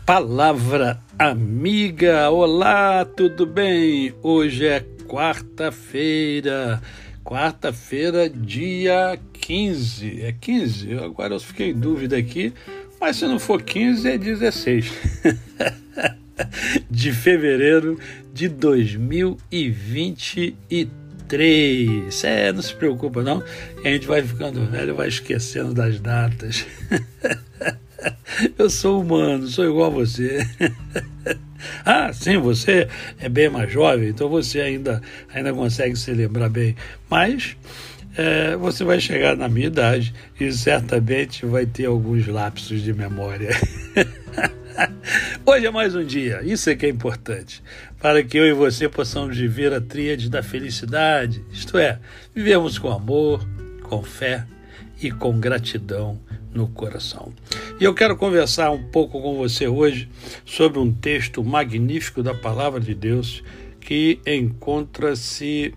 Palavra amiga, olá, tudo bem? Hoje é quarta-feira, dia 15, é 15? Agora eu fiquei em dúvida aqui, mas se não for 15 é 16 de fevereiro de 2023. Não se preocupa não, a gente vai ficando velho, vai esquecendo das datas. Eu sou humano, sou igual a você. Ah, sim, você é bem mais jovem, então você ainda consegue se lembrar bem. Mas você vai chegar na minha idade e certamente vai ter alguns lapsos de memória. Hoje é mais um dia, isso é que é importante, para que eu e você possamos viver a tríade da felicidade, isto é, vivemos com amor, com fé e com gratidão no coração. E eu quero conversar um pouco com você hoje sobre um texto magnífico da Palavra de Deus que encontra-se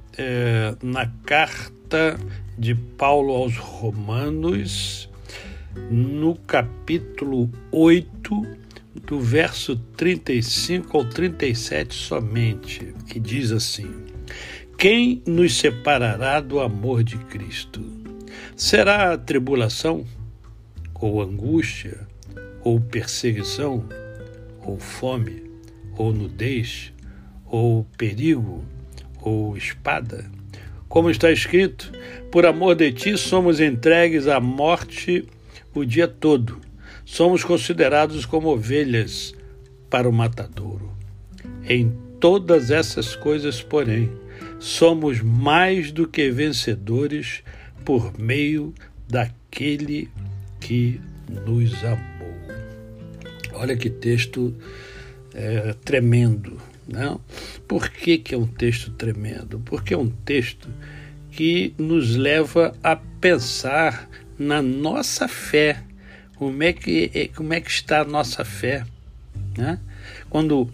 na carta de Paulo aos Romanos, no capítulo 8, do verso 35 ao 37 somente, que diz assim: Quem nos separará do amor de Cristo? Será a tribulação, ou angústia, ou perseguição, ou fome, ou nudez, ou perigo, ou espada? Como está escrito, por amor de ti somos entregues à morte o dia todo. Somos considerados como ovelhas para o matadouro. Em todas essas coisas, porém, somos mais do que vencedores por meio daquele que nos amou. Olha que texto tremendo, não? Por que é um texto tremendo? Porque é um texto que nos leva a pensar na nossa fé. Como é que está a nossa fé, né? Quando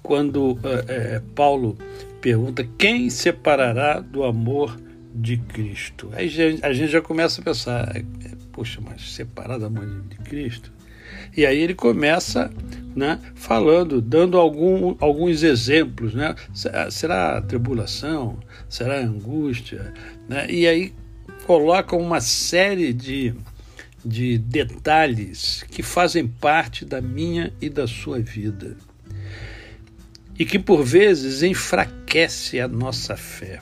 Paulo pergunta quem separará do amor de Cristo, aí a gente já começa a pensar, poxa, mas separar do amor de Cristo? E aí ele começa, né, falando, dando alguns exemplos, né? Será a tribulação? Será a angústia? Né? E aí coloca uma série de detalhes que fazem parte da minha e da sua vida e que por vezes enfraquece a nossa fé.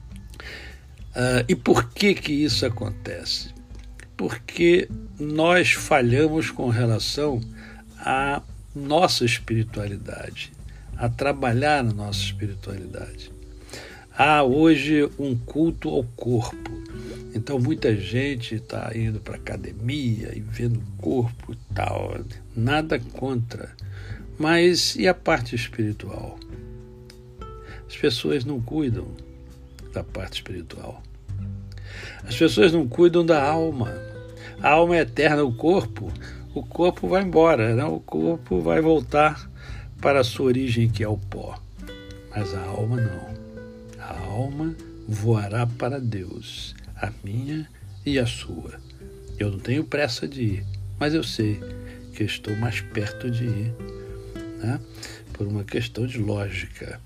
E por que isso acontece? Porque nós falhamos com relação à nossa espiritualidade, a trabalhar na nossa espiritualidade. Há hoje um culto ao corpo. Então muita gente está indo para a academia e vendo o corpo e tal. Nada contra. Mas e a parte espiritual? As pessoas não cuidam da parte espiritual. As pessoas não cuidam da alma. A alma é eterna, o corpo vai embora, né? O corpo vai voltar para a sua origem, que é o pó. Mas a alma não. A alma voará para Deus, a minha e a sua. Eu não tenho pressa de ir, mas eu sei que estou mais perto de ir, né? Por uma questão de lógica.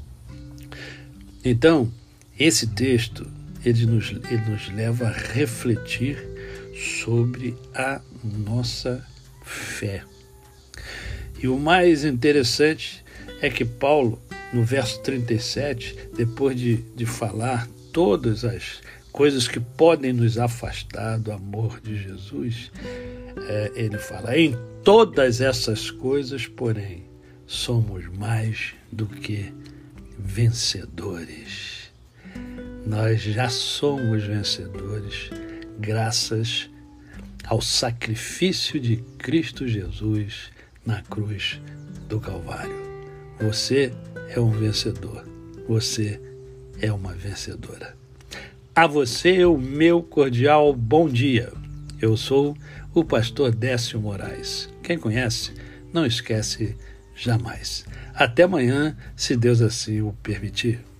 Então, esse texto, ele nos leva a refletir sobre a nossa fé. E o mais interessante é que Paulo, no verso 37, depois de falar todas as coisas que podem nos afastar do amor de Jesus, ele fala, em todas essas coisas, porém, somos mais do que vencedores. Nós já somos vencedores graças ao sacrifício de Cristo Jesus na cruz do Calvário. Você é um vencedor. Você é uma vencedora. A você o meu cordial bom dia. Eu sou o pastor Décio Moraes. Quem conhece, não esquece jamais. Até amanhã, se Deus assim o permitir.